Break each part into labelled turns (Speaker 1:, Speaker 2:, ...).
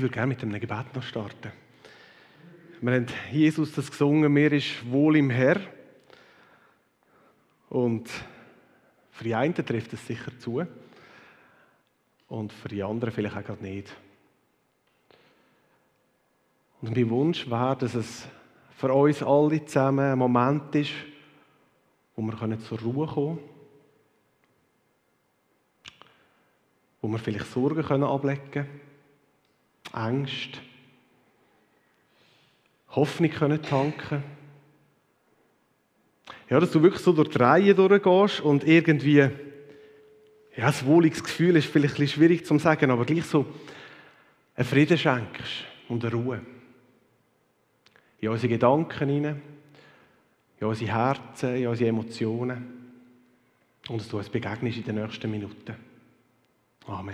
Speaker 1: Ich würde gerne mit einem Gebet noch starten. Wir haben Jesus das gesungen, mir ist wohl im Herr. Und für die einen trifft es sicher zu. Und für die anderen vielleicht auch gerade nicht. Und mein Wunsch wäre, dass es für uns alle zusammen ein Moment ist, wo wir zur Ruhe kommen können. Wo wir vielleicht Sorgen ablegen können, Ängste, Hoffnung tanken. Ja, dass du wirklich so durch die Reihe durchgehst und irgendwie, ja, ein wohliges Gefühl ist vielleicht ein bisschen schwierig zu sagen, aber gleich so einen Frieden schenkst und eine Ruhe. In unsere Gedanken hinein, in unsere Herzen, in unsere Emotionen. Und dass du uns begegnest in den nächsten Minuten. Amen.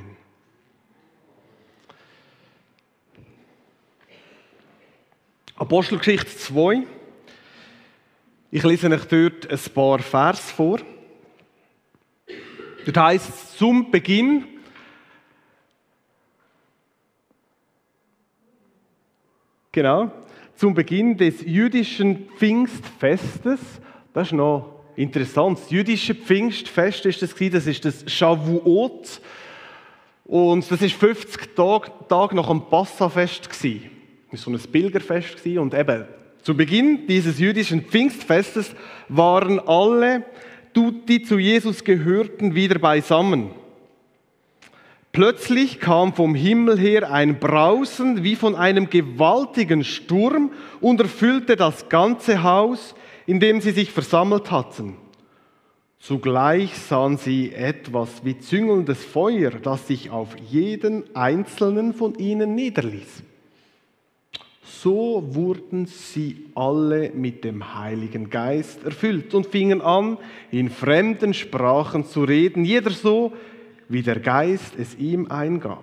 Speaker 1: Apostelgeschichte 2. Ich lese euch dort ein paar Vers vor. Dort heisst es, zum Beginn des jüdischen Pfingstfestes, das ist noch interessant, das jüdische Pfingstfest ist das Shavuot. Und das war 50 Tage nach dem Passafest. Das war so ein Pilgerfest. Und eben, zu Beginn dieses jüdischen Pfingstfestes waren alle, die zu Jesus gehörten, wieder beisammen. Plötzlich kam vom Himmel her ein Brausen wie von einem gewaltigen Sturm und erfüllte das ganze Haus, in dem sie sich versammelt hatten. Zugleich sahen sie etwas wie züngelndes Feuer, das sich auf jeden einzelnen von ihnen niederließ. So wurden sie alle mit dem Heiligen Geist erfüllt und fingen an, in fremden Sprachen zu reden, jeder so, wie der Geist es ihm eingab.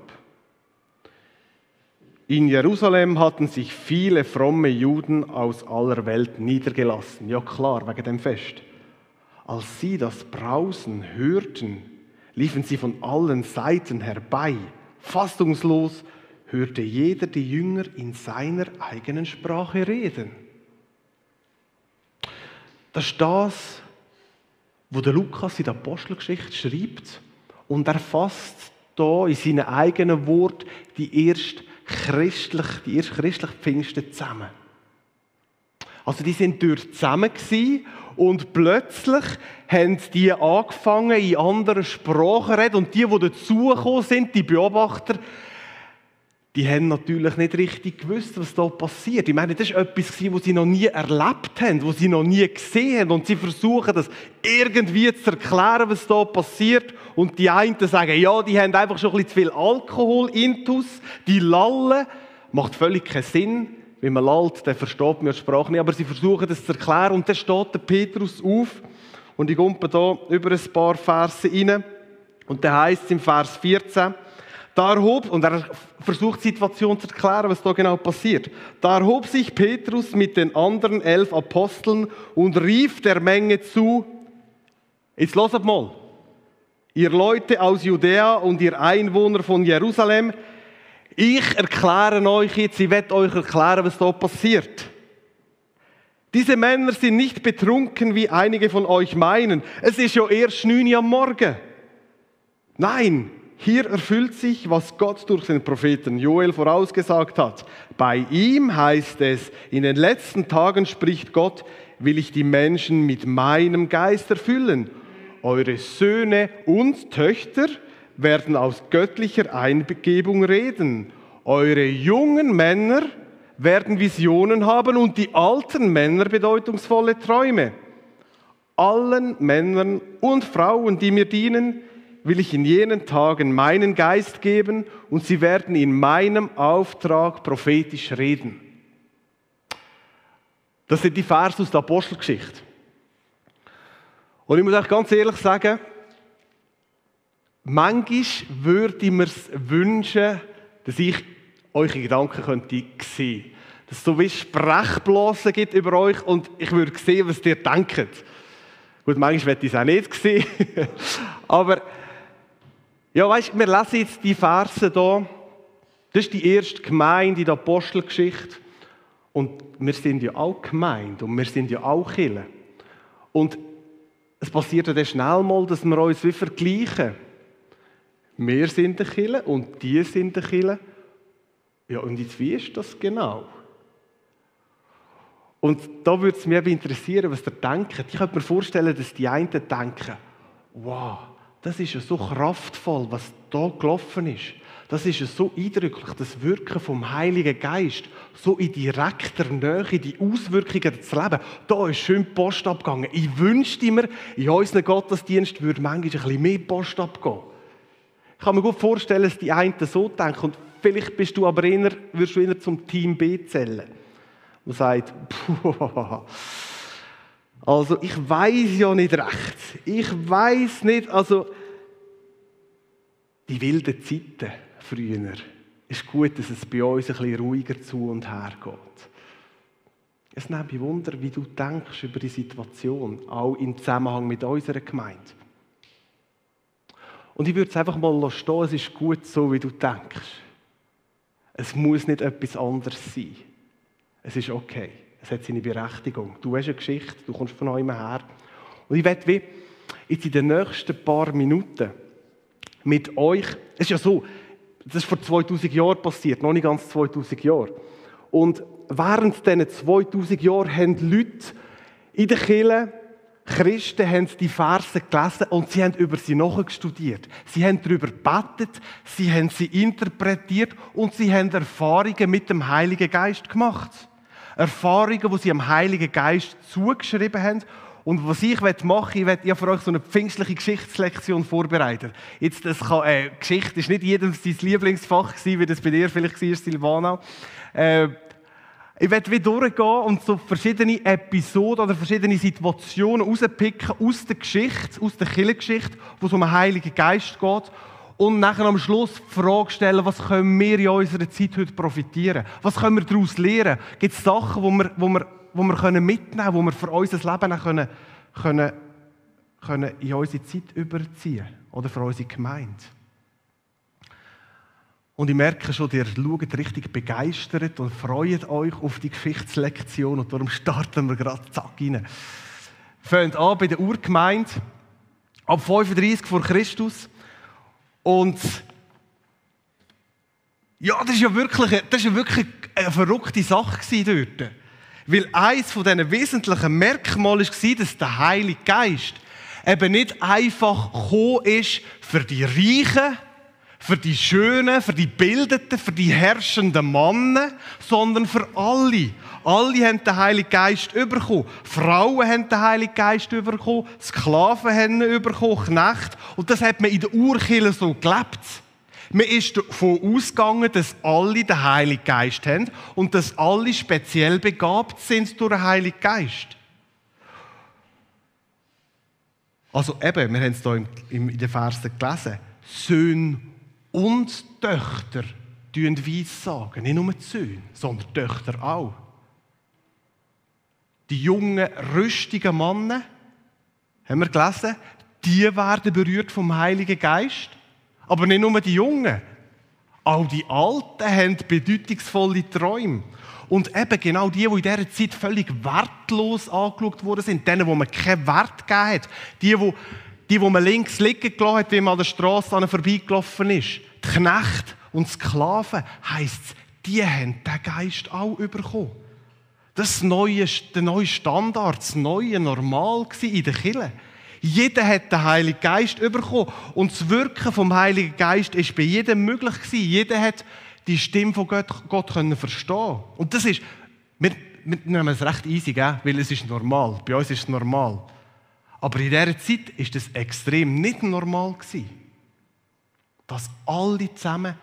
Speaker 1: In Jerusalem hatten sich viele fromme Juden aus aller Welt niedergelassen. Ja klar, wegen dem Fest. Als sie das Brausen hörten, liefen sie von allen Seiten herbei. Fassungslos hörte jeder die Jünger in seiner eigenen Sprache reden. Das ist das, was der Lukas in der Apostelgeschichte schreibt. Und er fasst hier in seinen eigenen Worten die erst christliche Pfingsten zusammen. Also die sind dort zusammen gewesen und plötzlich haben die angefangen, in anderen Sprachen zu reden. Und die dazugekommen sind, die Beobachter, die haben natürlich nicht richtig gewusst, was da passiert. Ich meine, das war etwas, was sie noch nie erlebt haben, was sie noch nie gesehen haben. Und sie versuchen, das irgendwie zu erklären, was da passiert. Und die einen sagen, ja, die haben einfach schon ein bisschen zu viel Alkohol intus, die lallen. Macht völlig keinen Sinn. Wenn man lallt, dann versteht man die Sprache nicht. Aber sie versuchen, das zu erklären. Und dann steht der Petrus auf. Und ich gehe da über ein paar Verse rein. Und dann heisst es im Vers 14, und er versucht die Situation zu erklären, was da genau passiert. Da erhob sich Petrus mit den anderen 11 Aposteln und rief der Menge zu, jetzt hört mal, ihr Leute aus Judäa und ihr Einwohner von Jerusalem, ich erkläre euch jetzt, ich werde euch erklären, was da passiert. Diese Männer sind nicht betrunken, wie einige von euch meinen. Es ist ja erst 9 Uhr am Morgen. Nein, hier erfüllt sich, was Gott durch den Propheten Joel vorausgesagt hat. Bei ihm heißt es, in den letzten Tagen spricht Gott, will ich die Menschen mit meinem Geist erfüllen. Eure Söhne und Töchter werden aus göttlicher Eingebung reden. Eure jungen Männer werden Visionen haben und die alten Männer bedeutungsvolle Träume. Allen Männern und Frauen, die mir dienen, will ich in jenen Tagen meinen Geist geben und sie werden in meinem Auftrag prophetisch reden. Das sind die Verse aus der Apostelgeschichte. Und ich muss euch ganz ehrlich sagen, manchmal würde ich mir wünschen, dass ich eure Gedanken könnte sehen. Dass es so wie Sprechblasen gibt über euch und ich würde sehen, was ihr denkt. Gut, manchmal möchte ich es auch nicht sehen. Aber ja, weißt, wir lesen jetzt die Verse hier Das ist die erste Gemeinde in der Apostelgeschichte. Und wir sind ja auch Gemeinde und wir sind ja auch Kirche. Und es passiert ja dann schnell mal, dass wir uns wie vergleichen. Wir sind eine Kirche und die sind eine Kirche. Ja, und jetzt, wie ist das genau? Und da würde es mich eben interessieren, was ihr denkt. Ich könnte mir vorstellen, dass die einen denken, wow, das ist ja so kraftvoll, was da gelaufen ist. Das ist ja so eindrücklich, das Wirken vom Heiligen Geist, so in direkter Nähe, die Auswirkungen zu leben. Da ist schön die Post abgegangen. Ich wünschte mir, in unseren Gottesdienst würde manchmal ein bisschen mehr Post abgehen. Ich kann mir gut vorstellen, dass die einen so denken. Und vielleicht würdest du eher zum Team B zählen. Man sagt, also ich weiß ja nicht recht. Ich weiß nicht, also die wilden Zeiten früher. Ist gut, dass es bei uns ein bisschen ruhiger zu und her geht. Es nimmt mich Wunder, wie du denkst über die Situation, auch im Zusammenhang mit unserer Gemeinde. Und ich würde es einfach mal stehen, es ist gut so, wie du denkst. Es muss nicht etwas anderes sein. Es ist okay. Es hat seine Berechtigung. Du hast eine Geschichte, du kommst von einem her. Und ich werde jetzt in den nächsten paar Minuten mit euch, es ist ja so, das ist vor 2000 Jahren passiert, noch nicht ganz 2000 Jahre. Und während diesen 2000 Jahren haben Leute in der Kirche, Christen, haben die Verse gelesen und sie haben über sie nachgestudiert. Sie haben darüber gebetet, sie haben sie interpretiert und sie haben Erfahrungen mit dem Heiligen Geist gemacht. Erfahrungen, die sie am Heiligen Geist zugeschrieben haben. Und was ich machen möchte, ich habe für euch so eine pfingstliche Geschichtslektion vorbereitet. Jetzt, Geschichte ist nicht jedem sein Lieblingsfach gewesen, wie das bei dir vielleicht war, Silvana. Ich werde wieder durchgehen und so verschiedene Episoden oder verschiedene Situationen rauspicken aus der Geschichte, aus der Kirchengeschichte, wo es um den Heiligen Geist geht. Und nachher am Schluss die Frage stellen, was können wir in unserer Zeit heute profitieren? Was können wir daraus lernen? Gibt es Sachen, wo wir mitnehmen können, wo wir für unser Leben können in unsere Zeit überziehen oder für unsere Gemeinde? Und ich merke schon, ihr schaut richtig begeistert und freut euch auf die Geschichtslektion und darum starten wir gerade zack rein. Fangen an bei der Urgemeinde, ab 35 vor Christus. Und ja, das war ja wirklich eine verrückte Sache dort. Weil eines von diesen wesentlichen Merkmalen war, dass der Heilige Geist eben nicht einfach gekommen ist für die Reichen, für die Schönen, für die Bildeten, für die herrschenden Männer, sondern für alle. Alle haben den Heiligen Geist bekommen. Frauen haben den Heiligen Geist bekommen, Sklaven haben ihn bekommen, Knechte. Und das hat man in der Urkirche so gelebt. Man ist davon ausgegangen, dass alle den Heiligen Geist haben und dass alle speziell begabt sind durch den Heiligen Geist. Also eben, wir haben es hier in den Versen gelesen, Söhne und Töchter weissagen. Nicht nur die Söhne, sondern die Töchter auch. Die jungen, rüstigen Männer, haben wir gelesen, die werden berührt vom Heiligen Geist. Aber nicht nur die Jungen. Auch die Alten haben bedeutungsvolle Träume. Und eben genau die in dieser Zeit völlig wertlos angeschaut worden sind, denen, wo man keinen Wert gegeben hat, die man links liegen gelassen hat, wie man an der Strasse vorbeigelaufen ist. Die Knechte und Sklaven, heisst es, die haben den Geist auch bekommen. Das war der neue Standard, das neue Normal in der Kirche. Jeder hat den Heiligen Geist bekommen. Und das Wirken vom Heiligen Geist war bei jedem möglich gewesen. Jeder hat die Stimme von Gott verstehen. Und das ist, wir nehmen es recht easy, gell? Weil es ist normal. Bei uns ist es normal. Aber in dieser Zeit war das extrem nicht normal gewesen. Dass alle zusammen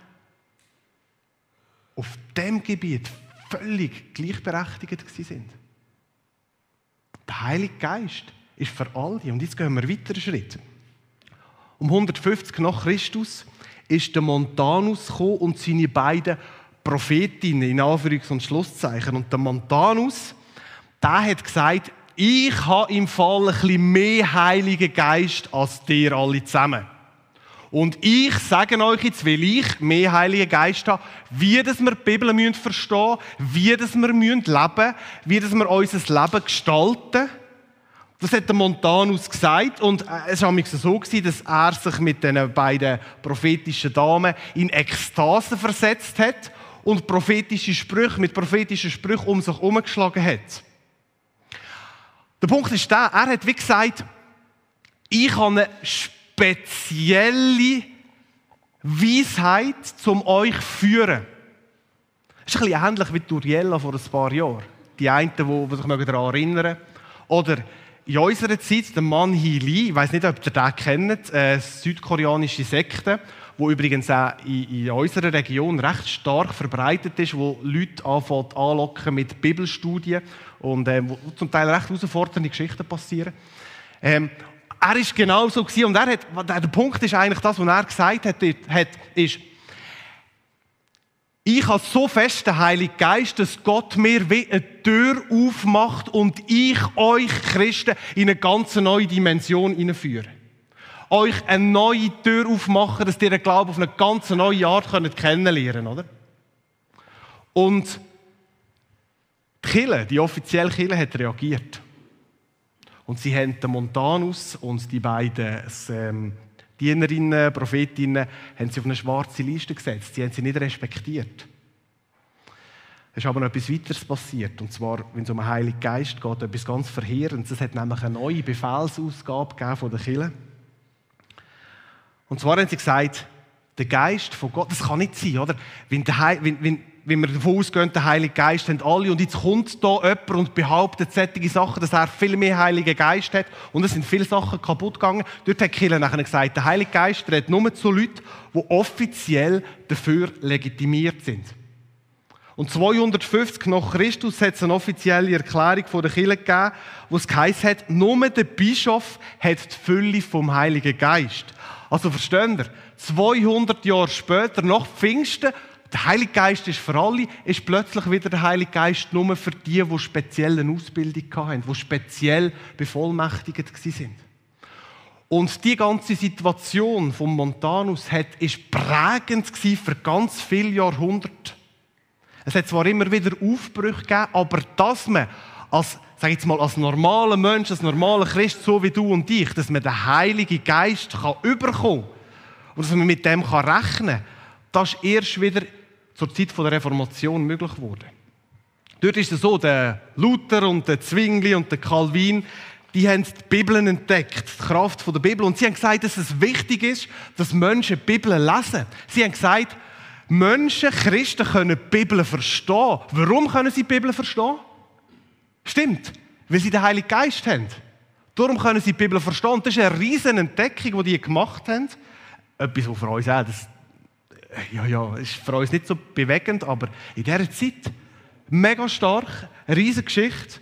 Speaker 1: auf diesem Gebiet völlig gleichberechtigt waren. Der Heilige Geist ist für alle. Und jetzt gehen wir einen weiteren Schritt. Um 150 nach Christus ist der Montanus gekommen und seine beiden Prophetinnen, in Anführungs- und Schlusszeichen. Und der Montanus, der hat gesagt, ich habe im Fall ein bisschen mehr Heiligen Geist als ihr alle zusammen. Und ich sage euch jetzt, weil ich mehr Heiligen Geist habe, wie dass wir die Bibel verstehen müssen, wie dass wir leben müssen, wie dass wir unser Leben gestalten. Das hat der Montanus gesagt. Und es war so, dass er sich mit den beiden prophetischen Damen in Ekstase versetzt hat und mit prophetischen Sprüchen um sich herumgeschlagen hat. Der Punkt ist der, er hat wie gesagt, ich habe eine spezielle Weisheit, um euch zu führen. Das ist ein bisschen ähnlich wie Turiella vor ein paar Jahren. Die einen, die sich daran erinnern. Oder in unserer Zeit der Mann Hee Lee, ich weiss nicht, ob ihr den kennt, eine südkoreanische Sekte, die übrigens auch in unserer Region recht stark verbreitet ist, wo Leute anlocken mit Bibelstudien und wo zum Teil recht herausfordernde Geschichten passieren. Er war genau so und der Punkt ist eigentlich das, was er gesagt hat, ist, ich habe so fest den Heiligen Geist, dass Gott mir wie eine Tür aufmacht und ich euch Christen in eine ganz neue Dimension hineinführe. Euch eine neue Tür aufmachen, dass ihr den Glauben auf eine ganz neue Art kennenlernen könnt, oder? Und die Kirche, die offizielle Kirche, hat reagiert. Und sie haben den Montanus und die beiden Dienerinnen, Prophetinnen, haben sie auf eine schwarze Liste gesetzt. Sie haben sie nicht respektiert. Es ist aber noch etwas weiteres passiert. Und zwar, wenn es um den Heiligen Geist geht, etwas ganz Verheerendes. Es hat nämlich eine neue Befehlsausgabe gegeben von der Kirche. Und zwar haben sie gesagt, der Geist von Gott, das kann nicht sein, oder? Wenn wir davon ausgehen, der Heilige Geist haben alle und jetzt kommt da jemand und behauptet solche Sachen, dass er viel mehr Heiligen Geist hat und es sind viele Sachen kaputt gegangen. Dort hat die Kirche nachher gesagt, der Heilige Geist redet nur zu Leuten, die offiziell dafür legitimiert sind. Und 250 nach Christus hat es eine offizielle Erklärung von der Kirche gegeben, wo es geheißen hat, nur der Bischof hat die Fülle vom Heiligen Geist. Also verstehen wir, 200 Jahre später, nach Pfingsten, der Heilige Geist ist für alle, ist plötzlich wieder der Heilige Geist nur für die spezielle Ausbildung hatten, die speziell bevollmächtigt waren. Und die ganze Situation vom Montanus war prägend für ganz viele Jahrhunderte. Es hat zwar immer wieder Aufbrüche gegeben, aber dass man als normaler Mensch, als normaler Christ, so wie du und ich, dass man den Heiligen Geist überkommen kann und dass man mit dem rechnen kann, das ist erst wieder zur Zeit der Reformation möglich geworden. Dort ist es so, der Luther und der Zwingli und der Calvin, die haben die Bibel entdeckt, die Kraft der Bibel. Und sie haben gesagt, dass es wichtig ist, dass Menschen die Bibel lesen. Sie haben gesagt, Menschen, Christen können die Bibel verstehen. Warum können sie die Bibel verstehen? Stimmt, weil sie den Heiligen Geist haben. Darum können sie die Bibel verstehen. Und das ist eine riesige Entdeckung, die gemacht haben. Etwas, was für uns auch, ist für uns nicht so bewegend, aber in dieser Zeit mega stark, eine riesige Geschichte.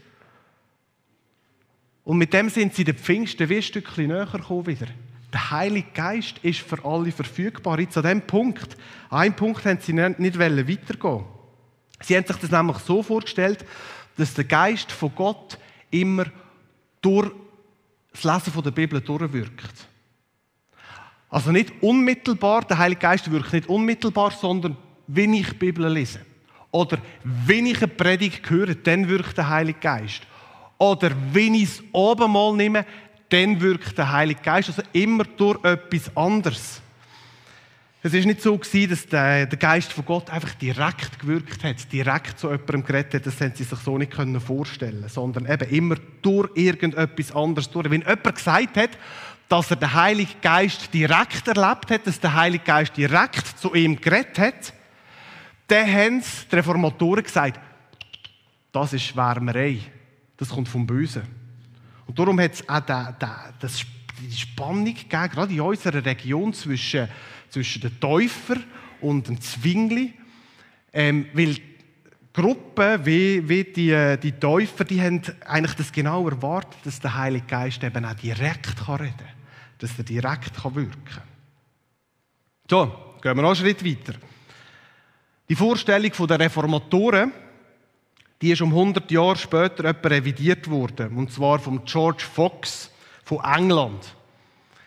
Speaker 1: Und mit dem sind sie den Pfingsten wie ein Stückchen näher gekommen wieder. Der Heilige Geist ist für alle verfügbar. Jetzt an diesem Punkt, einen Punkt haben sie nicht weitergehen. Sie haben sich das nämlich so vorgestellt, dass der Geist von Gott immer durch das Lesen der Bibel durchwirkt. Also nicht unmittelbar, der Heilige Geist wirkt nicht unmittelbar, sondern wenn ich die Bibel lese. Oder wenn ich eine Predigt höre, dann wirkt der Heilige Geist. Oder wenn ich es oben mal nehme, dann wirkt der Heilige Geist. Also immer durch etwas anderes. Es war nicht so, dass der Geist von Gott einfach direkt gewirkt hat, direkt zu jemandem geredet hat, das hätten sie sich so nicht vorstellen können, sondern eben immer durch irgendetwas anderes durch. Wenn jemand gesagt hat, dass er den Heiligen Geist direkt erlebt hat, dass der Heilige Geist direkt zu ihm geredet hat, dann haben die Reformatoren gesagt, das ist Schwärmerei, das kommt vom Bösen. Und darum hat es auch die Spannung gegeben, gerade in unserer Region zwischen den Täufern und dem Zwingli, weil Gruppen wie die Täufer, die haben eigentlich das genau erwartet, dass der Heilige Geist eben auch direkt reden kann, dass er direkt wirken kann. So, gehen wir noch einen Schritt weiter. Die Vorstellung der Reformatoren, die ist 100 Jahre später etwa revidiert worden, und zwar von George Fox von England.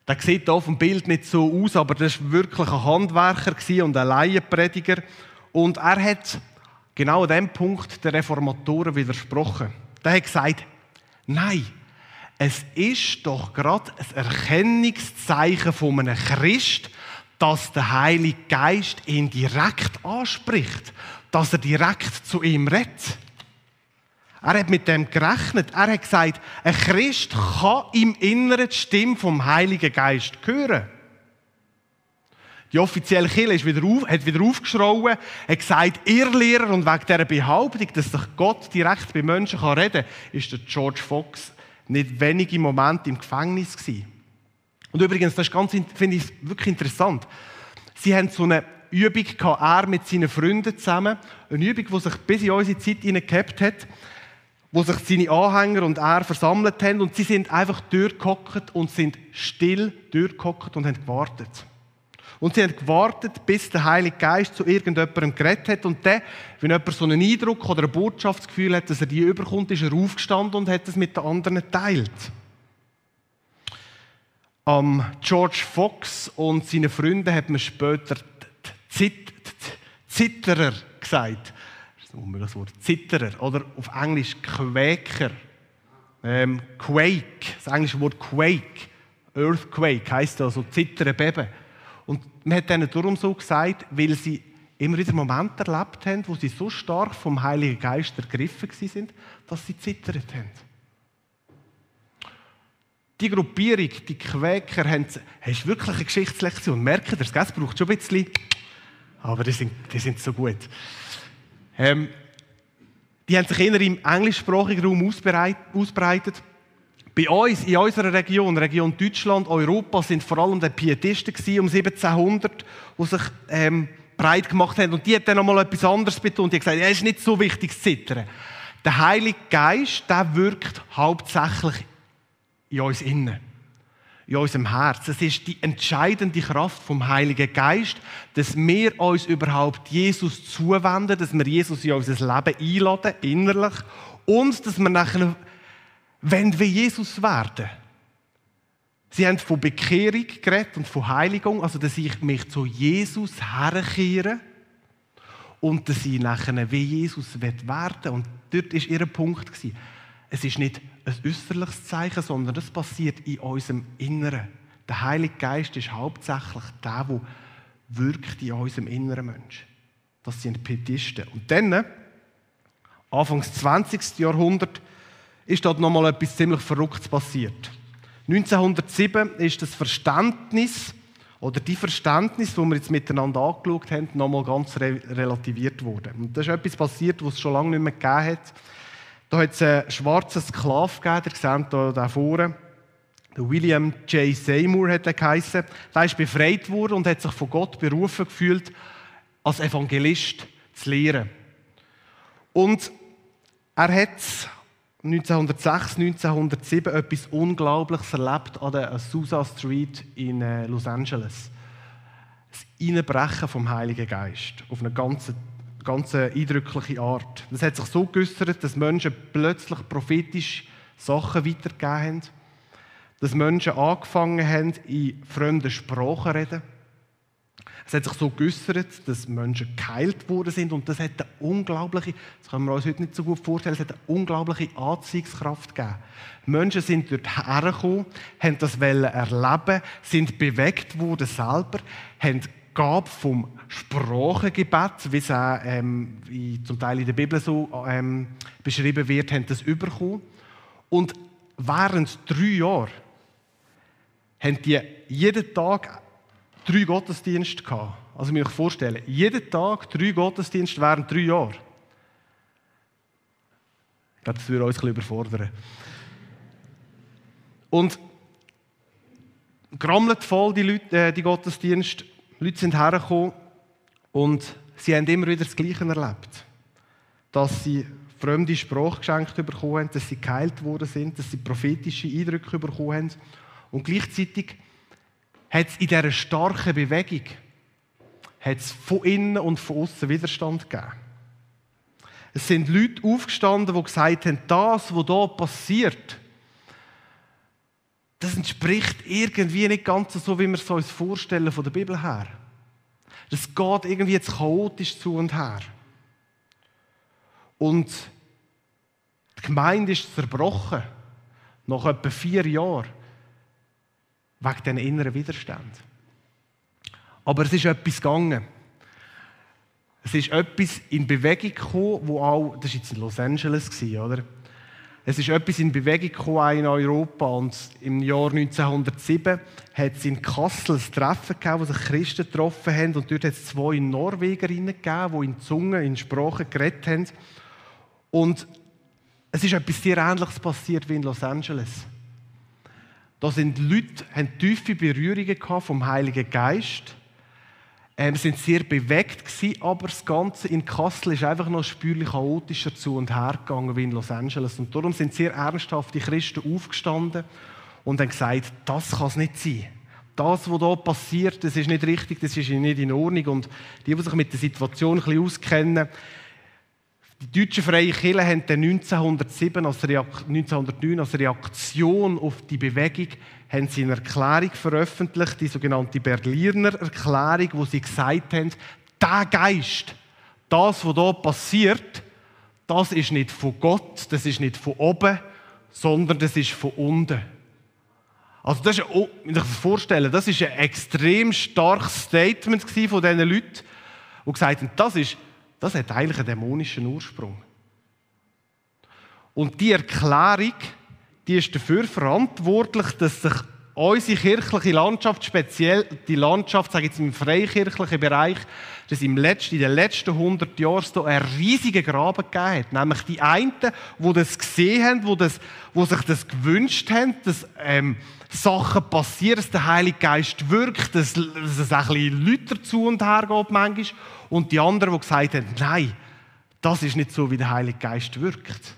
Speaker 1: Der sieht hier auf dem Bild nicht so aus, aber das war wirklich ein Handwerker und ein Laienprediger. Und er hat genau an diesem Punkt den Reformatoren widersprochen. Der hat gesagt, nein, es ist doch gerade ein Erkennungszeichen von einem Christ, dass der Heilige Geist ihn direkt anspricht, dass er direkt zu ihm redet. Er hat mit dem gerechnet. Er hat gesagt, ein Christ kann im Inneren die Stimme vom Heiligen Geist hören. Die offizielle Kirche hat wieder aufgeschrien, hat gesagt, ihr Lehrer, und wegen dieser Behauptung, dass sich Gott direkt bei Menschen reden kann, ist der George Fox nicht wenige Momente im Gefängnis gewesen. Und übrigens, das ist finde ich wirklich interessant. Sie haben so eine Übung gehabt, er mit seinen Freunden zusammen, eine Übung, die sich bis in unsere Zeit hineingehabt hat, wo sich seine Anhänger und er versammelt haben, und sie sind einfach durchgehockt und sind still durchgehockt und haben gewartet. Und sie haben gewartet, bis der Heilige Geist zu irgendjemandem geredet hat. Und dann, wenn jemand so einen Eindruck oder ein Botschaftsgefühl hat, dass er die überkommt, ist er aufgestanden und hat es mit den anderen geteilt. George Fox und seinen Freunden hat man später Zitterer gesagt. Das ist ein unmögliches Wort. Zitterer. Oder auf Englisch Quäker. Quake. Das englische Wort Quake. Earthquake heisst also Zittern, Beben. Und man hat ihnen darum so gesagt, weil sie immer wieder Momente erlebt haben, wo sie so stark vom Heiligen Geist ergriffen waren, dass sie zittert haben. Die Gruppierung, die Quäker, ist wirklich eine Geschichtslektion. Merkt ihr das? Es braucht schon ein bisschen, aber die sind so gut. Die haben sich eher im englischsprachigen Raum ausbreitet. Bei uns, in unserer Region Deutschland, Europa, sind vor allem die Pietisten um 1700, die sich breit gemacht haben. Und die hat dann noch mal etwas anderes betont. Die hat gesagt, es ist nicht so wichtig zu zittern. Der Heilige Geist, der wirkt hauptsächlich in uns innen, in unserem Herz. Es ist die entscheidende Kraft vom Heiligen Geist, dass wir uns überhaupt Jesus zuwenden, dass wir Jesus in unser Leben einladen, innerlich, und dass wir nachher wenn wir Jesus werden. Sie haben von Bekehrung geredet und von Heiligung, also dass ich mich zu Jesus herkehre und dass ich nachher wie Jesus werden will. Und dort war ihr Punkt. Es ist nicht ein äußerliches Zeichen, sondern es passiert in unserem Inneren. Der Heilige Geist ist hauptsächlich der wirkt in unserem inneren Mensch. Das sind Pietisten. Und dann, Anfangs 20. Jahrhundert, ist dort nochmal etwas ziemlich Verrücktes passiert. 1907 ist das Verständnis, oder die Verständnis, die wir jetzt miteinander angeschaut haben, nochmal ganz relativiert worden. Und da ist etwas passiert, was es schon lange nicht mehr gegeben hat. Da hat es einen schwarzen Sklaven gegeben, ihr seht hier da vorne. Der William J. Seymour hat er geheissen. Der ist befreit worden und hat sich von Gott berufen gefühlt, als Evangelist zu lehren. Und er hat 1906, 1907 etwas Unglaubliches erlebt an der Azusa Street in Los Angeles. Das Einbrechen vom Heiligen Geist auf eine ganz eindrückliche Art. Das hat sich so geäussert, dass Menschen plötzlich prophetische Sachen weitergegeben haben, dass Menschen angefangen haben, in fremden Sprachen zu reden. Es hat sich so geäussert, dass Menschen geheilt worden sind, und das hat eine unglaubliche, das können wir uns heute nicht so gut vorstellen, es hat eine unglaubliche Anziehungskraft gegeben. Menschen sind dort hergekommen, haben das erleben, sind bewegt worden selber, haben die Gabe vom Sprachengebet, wie es auch zum Teil in der Bibel so beschrieben wird, haben das bekommen. Und während 3 Jahren haben die jeden Tag 3 Gottesdienste gehabt. Also, ich muss euch vorstellen, jeden Tag 3 Gottesdienste während 3 Jahren. Ich glaube, das würde uns ein bisschen überfordern. Und gerammelt voll die Gottesdienste. Die Leute sind hergekommen und sie haben immer wieder das Gleiche erlebt. Dass sie fremde Sprache geschenkt bekommen haben, dass sie geheilt worden sind, dass sie prophetische Eindrücke bekommen haben. Und gleichzeitig hat es in dieser starken Bewegung von innen und von außen Widerstand gegeben. Es sind Leute aufgestanden, die gesagt haben, das, was hier passiert, das entspricht irgendwie nicht ganz so, wie wir es uns vorstellen von der Bibel her. Das geht irgendwie jetzt chaotisch zu und her. Und die Gemeinde ist zerbrochen, nach etwa 4 Jahren, wegen diesen inneren Widerständen. Aber es ist etwas gegangen. Es ist etwas in Bewegung gekommen, wo auch, das war jetzt in Los Angeles, oder? Es ist etwas in Bewegung gekommen auch in Europa. Und im Jahr 1907 hat es in Kassel ein Treffen gegeben, wo sich Christen getroffen haben. Und dort hat es 2 Norwegerinnen gegeben, die in Zungen, in Sprachen geredet haben. Und es ist etwas sehr Ähnliches passiert wie in Los Angeles. Da sind Leute, haben tiefe Berührungen gehabt vom Heiligen Geist. Sind sehr bewegt gewesen, aber das Ganze in Kassel ist einfach noch spürlich chaotischer zu und her gegangen wie in Los Angeles. Und darum sind sehr ernsthafte Christen aufgestanden und haben gesagt, das kann es nicht sein. Das, was hier passiert, das ist nicht richtig, das ist nicht in Ordnung. Und die sich mit der Situation ein bisschen auskennen, die deutschen Freien Kirchen haben dann 1909 als Reaktion auf die Bewegung haben sie eine Erklärung veröffentlicht, die sogenannte Berliner Erklärung, wo sie gesagt haben, der Geist, das, was hier passiert, das ist nicht von Gott, das ist nicht von oben, sondern das ist von unten. Also das ist, wenn ich das vorstelle, das ist ein extrem starkes Statement von diesen Leuten, die gesagt haben, das hat eigentlich einen dämonischen Ursprung. Und die Erklärung, die ist dafür verantwortlich, dass sich unsere kirchliche Landschaft, speziell die Landschaft, sage ich jetzt im freikirchlichen Bereich, dass in den letzten 100 Jahren da einen riesigen Graben gegeben hat. Nämlich die einen, die das gesehen haben, die sich das gewünscht haben, dass Sachen passieren, dass der Heilige Geist wirkt, dass es ein bisschen Leute zu und her geht manchmal. Und die anderen, die gesagt haben, nein, das ist nicht so, wie der Heilige Geist wirkt.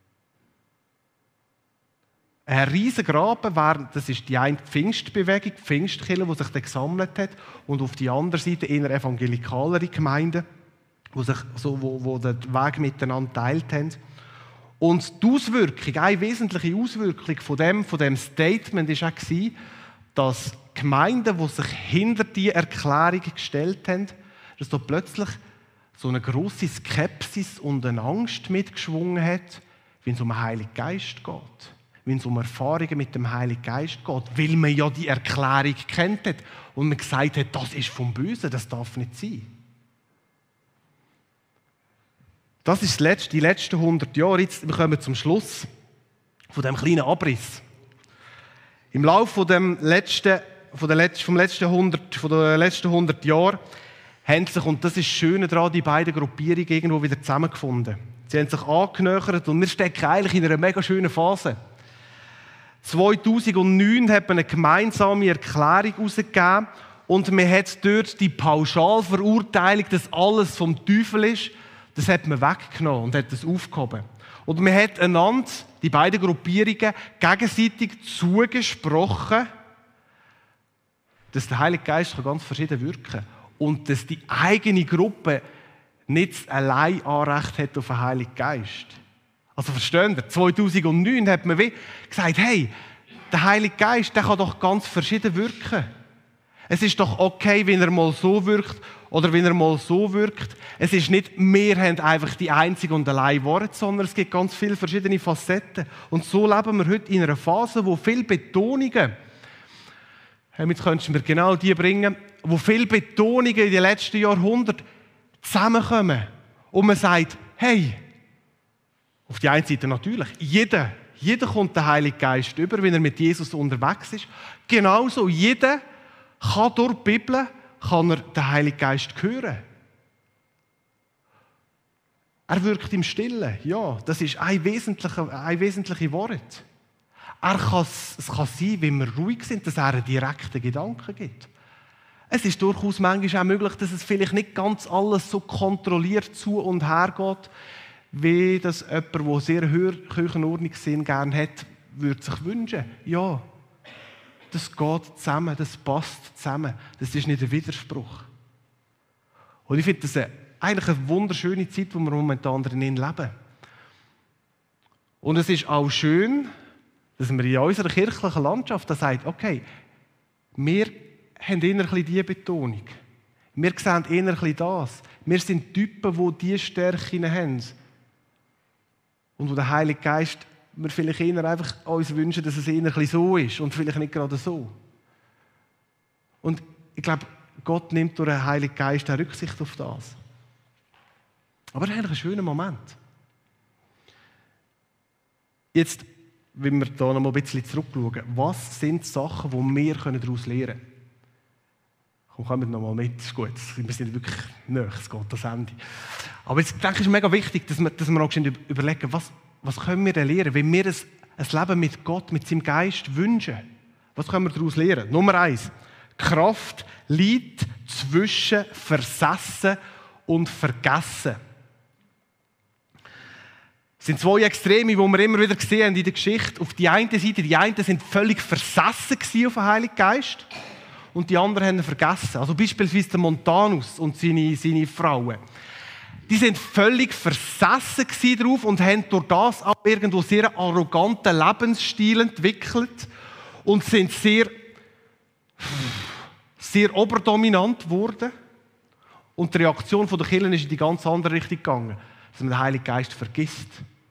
Speaker 1: Ein riesiger Graben, das ist die eine Pfingstbewegung, die Pfingstkirche, die sich dann gesammelt hat, und auf die andere Seite eher evangelikalere Gemeinden, die den Weg miteinander geteilt haben. Und die Auswirkung, eine wesentliche Auswirkung von dem Statement war auch, dass Gemeinden, die sich hinter diese Erklärung gestellt haben, dass da plötzlich so eine grosse Skepsis und eine Angst mitgeschwungen hat, wenn es um den Heiligen Geist geht. Wenn es um Erfahrungen mit dem Heiligen Geist geht, weil man ja die Erklärung kennt hat und man gesagt hat, das ist vom Bösen, das darf nicht sein. Das ist die letzten 100 Jahre. Jetzt kommen wir zum Schluss von diesem kleinen Abriss. Im Laufe von den letzten 100 Jahren haben sich, und das ist das Schöne daran, die beiden Gruppierungen irgendwo wieder zusammengefunden. Sie haben sich angenähert und wir stecken eigentlich in einer mega schönen Phase. 2009 hat man eine gemeinsame Erklärung herausgegeben und man hat dort die Pauschalverurteilung, dass alles vom Teufel ist, das hat man weggenommen und hat das aufgehoben. Und man hat einander, die beiden Gruppierungen, gegenseitig zugesprochen, dass der Heilige Geist ganz verschieden wirken kann und dass die eigene Gruppe nicht allein Anrecht hat auf den Heiligen Geist. Also verstehen Sie, 2009 hat man gesagt, hey, der Heilige Geist, der kann doch ganz verschieden wirken. Es ist doch okay, wenn er mal so wirkt oder wenn er mal so wirkt. Es ist nicht, wir haben einfach die einzige und allein Wahrheit, sondern es gibt ganz viele verschiedene Facetten. Und so leben wir heute in einer Phase, wo viele Betonungen, jetzt könntest du mir genau die bringen, wo viele Betonungen in den letzten Jahrhunderten zusammenkommen. Und man sagt, hey, auf die einen Seite natürlich, jeder kommt den Heiligen Geist über, wenn er mit Jesus unterwegs ist. Genauso, jeder kann durch die Bibel den Heiligen Geist hören. Er wirkt im Stillen, ja, das ist ein wesentliches Wort. Es kann sein, wenn wir ruhig sind, dass er einen direkten Gedanken gibt. Es ist durchaus manchmal auch möglich, dass es vielleicht nicht ganz alles so kontrolliert zu und her geht, wie das jemand, der sehr Kirchenordnungssinn gerne hat, würde sich wünschen. Ja, das geht zusammen, das passt zusammen. Das ist nicht ein Widerspruch. Und ich finde das eigentlich eine wunderschöne Zeit, in der wir momentan drin leben. Und es ist auch schön, Dass wir in unserer kirchlichen Landschaft sagen, okay, wir haben eher ein bisschen diese Betonung. Wir sehen eher ein bisschen das. Wir sind Typen, die diese Stärken haben. Und wo der Heilige Geist, wir vielleicht eher einfach uns wünschen, dass es eher ein bisschen so ist und vielleicht nicht gerade so. Und ich glaube, Gott nimmt durch den Heiligen Geist auch Rücksicht auf das. Aber das ist eigentlich ein schöner Moment. Jetzt, wenn wir hier noch mal ein bisschen zurückschauen, was sind die Sachen, die wir daraus lernen können? Kommt noch mal mit, ist gut, wir sind wirklich nahe, es geht das Ende. Aber jetzt denke ich, es ist mega wichtig, dass wir auch überlegen, was können wir denn lernen, wenn wir ein Leben mit Gott, mit seinem Geist wünschen. Was können wir daraus lernen? Nummer 1. Kraft liegt zwischen Versessen und Vergessen. Es sind zwei Extreme, die wir immer wieder gesehen haben in der Geschichte. Auf die eine Seite, die einen sind völlig versessen auf den Heiligen Geist und die anderen haben ihn vergessen. Also beispielsweise der Montanus und seine Frauen. Die sind völlig versessen drauf und haben durch das auch irgendwo sehr arroganten Lebensstil entwickelt und sind sehr oberdominant geworden. Und die Reaktion der Kirche ist in die ganz andere Richtung gegangen, dass man den Heiligen Geist vergisst.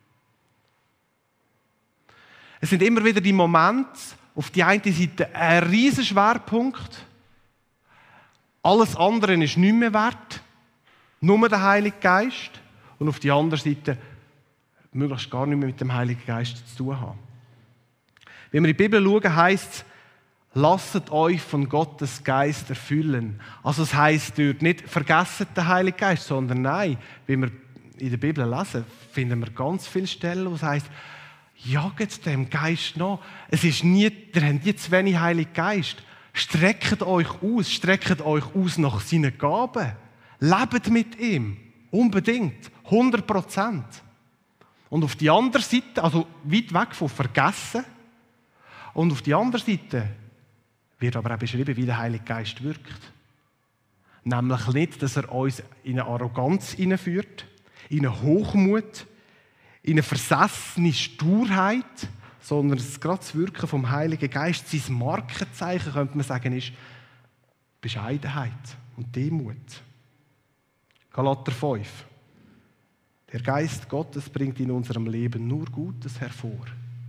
Speaker 1: Es sind immer wieder die Momente, auf die eine Seite ein riesen Schwerpunkt, alles andere ist nicht mehr wert, nur der Heilige Geist, und auf die andere Seite möglichst gar nicht mehr mit dem Heiligen Geist zu tun haben. Wenn wir in die Bibel schauen, heisst es, lasst euch von Gottes Geist erfüllen. Also es heisst dort nicht, vergesst den Heiligen Geist, sondern nein, wenn wir in der Bibel lesen, finden wir ganz viele Stellen, wo es heisst, jagt dem Geist nach. Es ist nie, ihr habt nie zu wenig Heiligen Geist. Streckt euch aus nach seinen Gaben. Lebt mit ihm. Unbedingt. 100%. Und auf die andere Seite, also weit weg von Vergessen, und auf die andere Seite wird aber auch beschrieben, wie der Heilige Geist wirkt. Nämlich nicht, dass er uns in eine Arroganz hineinführt, in eine Hochmut, in eine versessene Sturheit, sondern gerade das Wirken vom Heiligen Geist, sein Markenzeichen, könnte man sagen, ist Bescheidenheit und Demut. Galater 5. Der Geist Gottes bringt in unserem Leben nur Gutes hervor.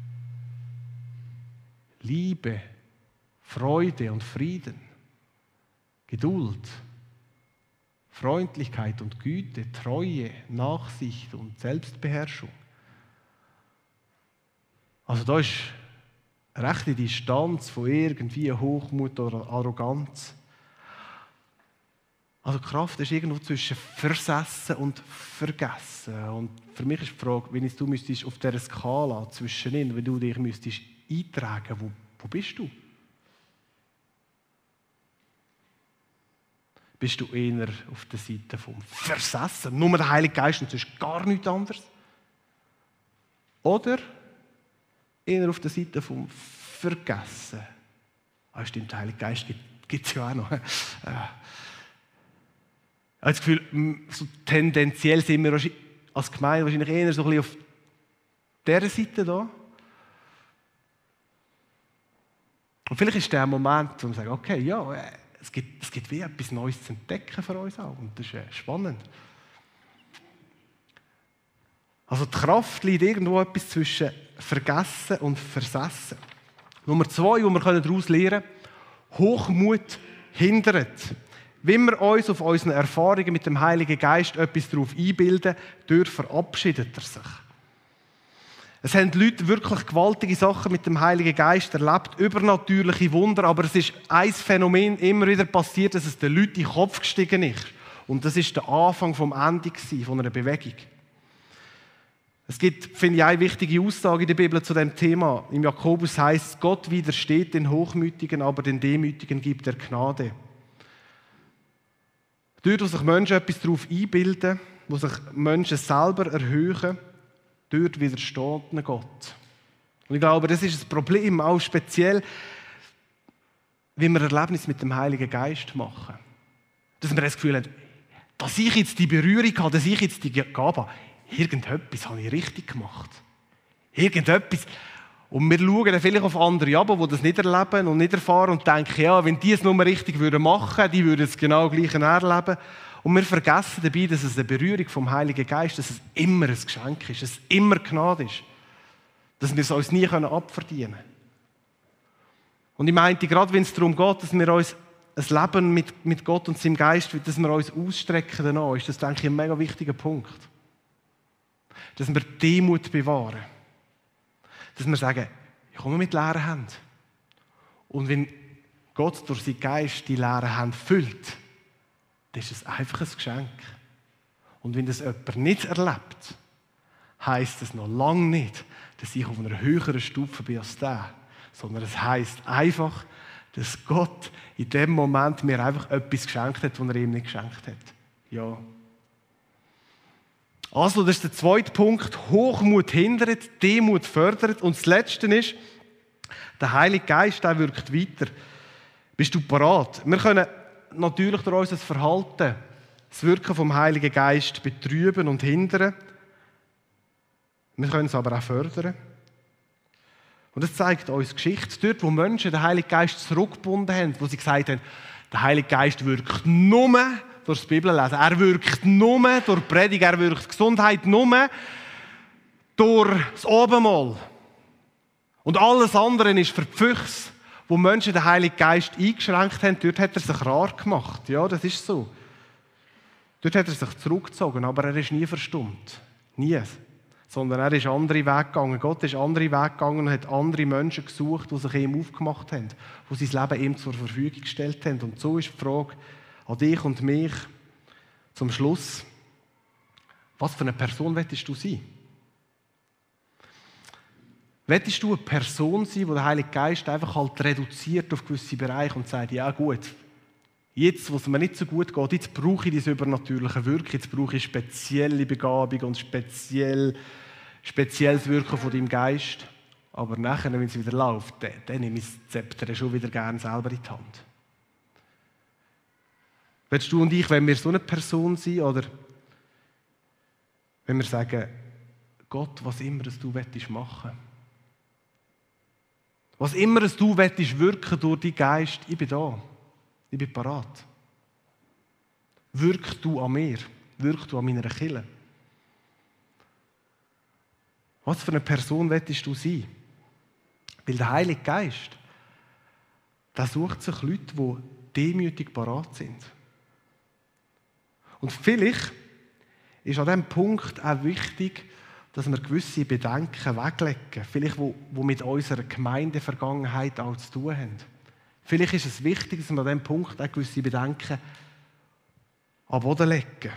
Speaker 1: Liebe, Freude und Frieden, Geduld, Freundlichkeit und Güte, Treue, Nachsicht und Selbstbeherrschung. Also da ist eine rechte Distanz von irgendwie Hochmut oder Arroganz. Also die Kraft ist irgendwo zwischen versessen und vergessen. Und für mich ist die Frage, wenn du müsstest auf dieser Skala zwischenin, wenn du dich müsstest eintragen, wo bist du? Bist du eher auf der Seite vom Versessen, nur der Heilige Geist und sonst gar nichts anderes? Oder eher auf der Seite vom Vergessen? Ah, stimmt, der Heilige Geist gibt es ja auch noch. Ich habe das Gefühl, so tendenziell sind wir als Gemeinde wahrscheinlich eher so ein bisschen auf dieser Seite da. Und vielleicht ist der Moment, wo wir sagen, okay, ja, es gibt wie etwas Neues zu entdecken für uns auch. Und das ist spannend. Also die Kraft liegt irgendwo etwas zwischen Vergessen und Versessen. Nummer 2, wo wir daraus lernen können, Hochmut hindert. Wenn wir uns auf unseren Erfahrungen mit dem Heiligen Geist etwas darauf einbilden, dort verabschiedet er sich. Es haben die Leute wirklich gewaltige Sachen mit dem Heiligen Geist erlebt, übernatürliche Wunder, aber es ist ein Phänomen immer wieder passiert, dass es den Leuten in den Kopf gestiegen ist. Und das ist der Anfang vom Ende von einer Bewegung. Es gibt, finde ich, eine wichtige Aussage in der Bibel zu diesem Thema. Im Jakobus heißt es, Gott widersteht den Hochmütigen, aber den Demütigen gibt er Gnade. Dort, wo sich Menschen etwas darauf einbilden, wo sich Menschen selber erhöhen, dort widersteht ihnen Gott. Und ich glaube, das ist das Problem, auch speziell, wenn wir Erlebnisse mit dem Heiligen Geist machen. Dass wir das Gefühl haben, dass ich jetzt die Berührung habe, dass ich jetzt die Gabe habe, irgendetwas habe ich richtig gemacht. Irgendetwas. Und wir schauen dann vielleicht auf andere ab, die das nicht erleben und nicht erfahren und denken, ja, wenn die es nur richtig machen würden, die würden es genau gleich erleben. Und wir vergessen dabei, dass es eine Berührung vom Heiligen Geist, dass es immer ein Geschenk ist, dass es immer Gnade ist. Dass wir es uns nie abverdienen können. Und ich meinte, gerade wenn es darum geht, dass wir uns ein Leben mit Gott und seinem Geist, dass wir uns ausstrecken danach, ist das, denke ich, ein mega wichtiger Punkt. Dass wir Demut bewahren. Dass wir sagen, ich komme mit leeren Händen. Und wenn Gott durch seinen Geist die leeren Hände füllt, dann ist es einfach ein Geschenk. Und wenn das jemand nicht erlebt, heisst es noch lange nicht, dass ich auf einer höheren Stufe bin als der. Sondern es heisst einfach, dass Gott in dem Moment mir einfach etwas geschenkt hat, was er ihm nicht geschenkt hat. Ja. Also, das ist der zweite Punkt. Hochmut hindert, Demut fördert. Und das Letzte ist, der Heilige Geist, der wirkt weiter. Bist du parat? Wir können natürlich durch unser Verhalten das Wirken vom Heiligen Geist betrüben und hindern. Wir können es aber auch fördern. Und das zeigt uns Geschichte. Dort, wo Menschen den Heiligen Geist zurückgebunden haben, wo sie gesagt haben, der Heilige Geist wirkt nur durch das Bibellesen. Er wirkt nur durch Predigt, er wirkt Gesundheit nur durch das Abendmahl. Und alles andere ist für die Füchse, wo Menschen den Heiligen Geist eingeschränkt haben, dort hat er sich rar gemacht. Ja, das ist so. Dort hat er sich zurückgezogen, aber er ist nie verstummt. Nie. Sondern er ist andere Wege gegangen. Gott ist andere Wege gegangen und hat andere Menschen gesucht, die sich ihm aufgemacht haben, die sein Leben ihm zur Verfügung gestellt haben. Und so ist die Frage an dich und mich zum Schluss: Was für eine Person möchtest du sein? Möchtest du eine Person sein, die der Heilige Geist einfach halt reduziert auf gewisse Bereiche und sagt, ja gut, jetzt, wo es mir nicht so gut geht, jetzt brauche ich diese übernatürliche Wirkung, jetzt brauche ich spezielle Begabung und spezielles Wirken von deinem Geist. Aber nachher, wenn es wieder läuft, dann nehme ich das Zepter schon wieder gerne selber in die Hand. Willst du und ich, wenn wir so eine Person sind, oder wenn wir sagen, Gott, was immer du machen willst, was immer du wirken durch deinen Geist, ich bin da. Ich bin parat. Wirk du an mir. Wirk du an meiner Kirche. Was für eine Person willst du sein? Weil der Heilige Geist, der sucht sich Leute, die demütig parat sind. Und vielleicht ist an diesem Punkt auch wichtig, dass wir gewisse Bedenken weglegen. Vielleicht, die mit unserer Gemeindevergangenheit auch zu tun haben. Vielleicht ist es wichtig, dass wir an diesem Punkt auch gewisse Bedenken an den Boden legen.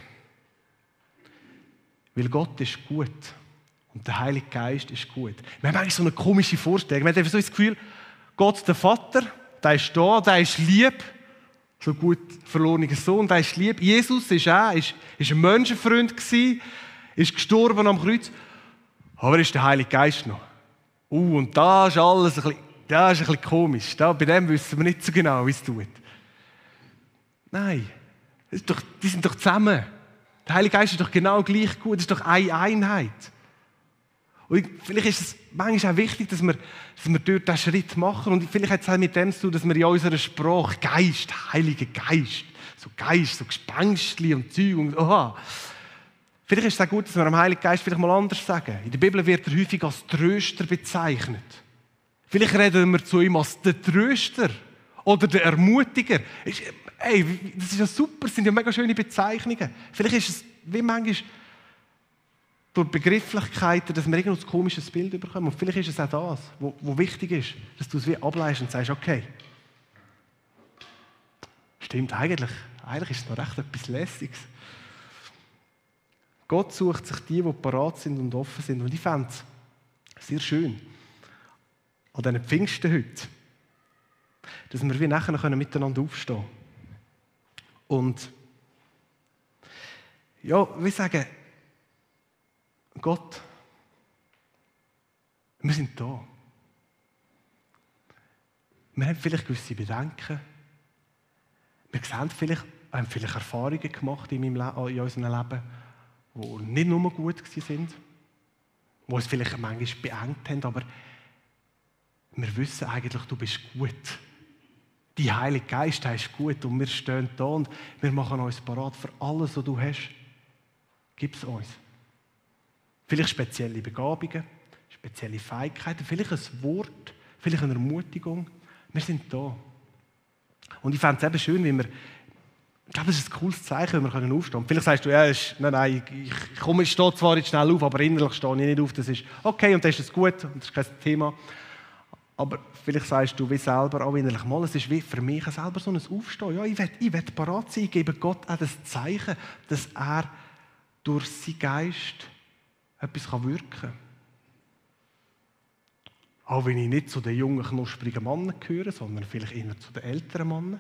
Speaker 1: Weil Gott ist gut. Und der Heilige Geist ist gut. Wir haben eigentlich so eine komische Vorstellung. Wir haben so das Gefühl, Gott, der Vater, der ist da, der ist lieb. So gut verlorener Sohn, der ist lieb. Jesus ist ein Menschenfreund gewesen, ist gestorben am Kreuz. Aber ist der Heilige Geist noch? Und da ist alles ein bisschen komisch. Bei dem wissen wir nicht so genau, wie es tut. Nein, die sind doch zusammen. Der Heilige Geist ist doch genau gleich gut. Es ist doch eine Einheit. Und vielleicht ist es manchmal auch wichtig, dass wir dort diesen Schritt machen. Und vielleicht hat es auch mit dem zu tun, dass wir in unserer Sprache Geist, Heiliger Geist, so Gespenstli und Zeug und oha. Vielleicht ist es auch gut, dass wir am Heiligen Geist vielleicht mal anders sagen. In der Bibel wird er häufig als Tröster bezeichnet. Vielleicht reden wir zu ihm als der Tröster oder der Ermutiger. Das ist ja super, das sind ja mega schöne Bezeichnungen. Vielleicht ist es wie manchmal durch Begrifflichkeiten, dass wir ein komisches Bild bekommen. Und vielleicht ist es auch das, was wichtig ist, dass du es wie ableist und sagst, okay, stimmt, eigentlich ist es noch recht etwas Lässiges. Gott sucht sich die parat sind und offen sind. Und ich fände es sehr schön, an diesen Pfingsten heute, dass wir wie nachher miteinander aufstehen können. Und ja, wir sagen, Gott, wir sind da. Wir haben vielleicht gewisse Bedenken. Wir haben vielleicht Erfahrungen gemacht in unserem Leben, die nicht nur gut waren, die uns vielleicht manchmal beengt haben, aber wir wissen eigentlich, du bist gut. Die Heilige Geist ist gut und wir stehen da und wir machen uns parat für alles, was du hast. Gib es uns. Vielleicht spezielle Begabungen, spezielle Fähigkeiten, vielleicht ein Wort, vielleicht eine Ermutigung. Wir sind da. Und ich fände es eben schön, wenn wir, ich glaube, das ist ein cooles Zeichen, wenn wir aufstehen können. Vielleicht sagst du, ja, nein, ich stehe zwar jetzt schnell auf, aber innerlich stehe ich nicht auf. Das ist okay und das ist gut und das ist kein Thema. Aber vielleicht sagst du wie selber auch innerlich mal, es ist wie für mich selber so ein Aufstehen. Ja, ich will parat sein, ich gebe Gott auch das Zeichen, dass er durch seinen Geist etwas wirken kann. Auch wenn ich nicht zu den jungen, knusprigen Männern gehöre, sondern vielleicht eher zu den älteren Männern.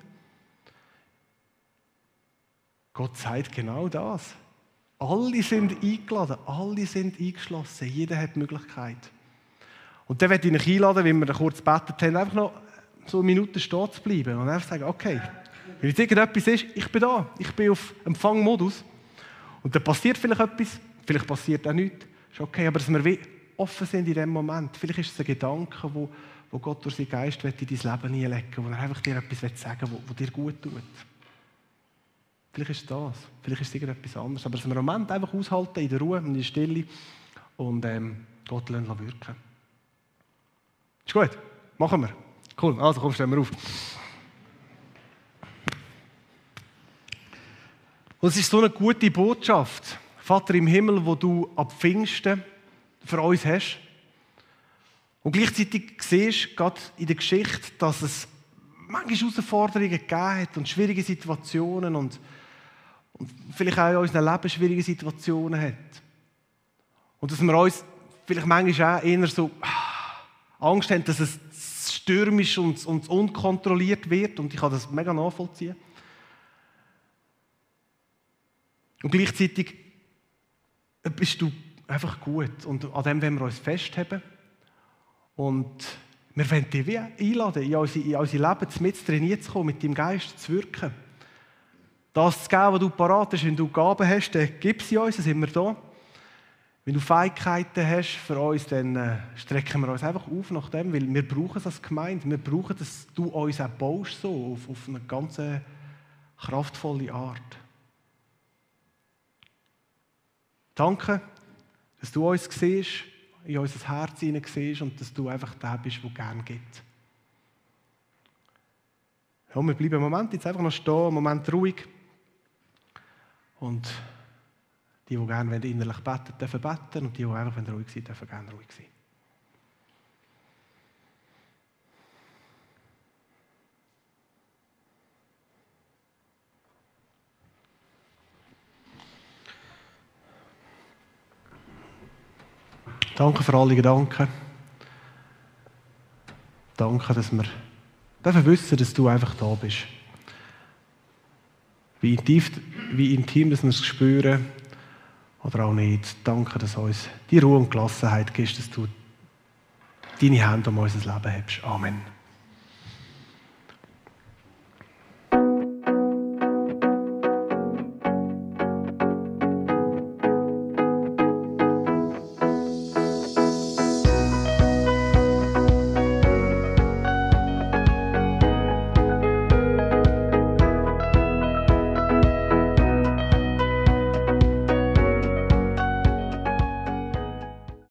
Speaker 1: Gott sagt genau das. Alle sind eingeladen, alle sind eingeschlossen, jeder hat die Möglichkeit. Und dann möchte ich euch einladen, wenn wir kurz gebetet haben, einfach noch so eine Minute stehen zu bleiben und einfach sagen, okay, wenn jetzt irgendetwas ist, ich bin da, ich bin auf Empfangmodus und dann passiert vielleicht etwas, vielleicht passiert auch nichts, ist okay, aber dass wir wie offen sind in dem Moment. Vielleicht ist es ein Gedanke, wo Gott durch seinen Geist in dein Leben hineinlegen will, wo er einfach dir etwas sagen will, was dir gut tut. Vielleicht ist es das, vielleicht ist es irgendetwas anderes, aber dass wir einen Moment einfach aushalten, in der Ruhe, in der Stille und Gott wirken. Ist gut? Machen wir. Cool, also komm, stehen wir auf. Und es ist so eine gute Botschaft, Vater im Himmel, wo du ab Pfingsten für uns hast. Und gleichzeitig siehst du gerade in der Geschichte, dass es manchmal Herausforderungen gegeben hat und schwierige Situationen und vielleicht auch in unserem Leben schwierige Situationen hat. Und dass wir uns vielleicht manchmal auch eher so Angst haben, dass es stürmisch und unkontrolliert wird. Und ich kann das mega nachvollziehen. Und gleichzeitig bist du einfach gut. Und an dem wollen wir uns festhalten. Und wir wollen dich wie einladen, in unser Leben mit trainieren zu kommen, mit deinem Geist zu wirken. Das zu geben, was du parat hast, wenn du Gaben hast, dann gib sie uns, dann sind wir da. Wenn du Fähigkeiten hast für uns, dann strecken wir uns einfach auf nach dem, weil wir brauchen es als Gemeinde. Wir brauchen, dass du uns auch baust, so, auf eine ganz kraftvolle Art. Danke, dass du uns siehst, in unser Herz hinein siehst und dass du einfach der bist, der gerne gibt. Ja, wir bleiben einen Moment jetzt einfach noch stehen, einen Moment ruhig. Und die gerne innerlich beten, dürfen beten. Und die einfach ruhig sind, dürfen gerne ruhig sein. Danke für alle Gedanken. Danke, dass wir wissen, dass du einfach da bist. Wie intim, dass wir es spüren oder auch nicht. Danke, dass uns die Ruhe und Gelassenheit gibst, dass du deine Hände um unser Leben hast. Amen.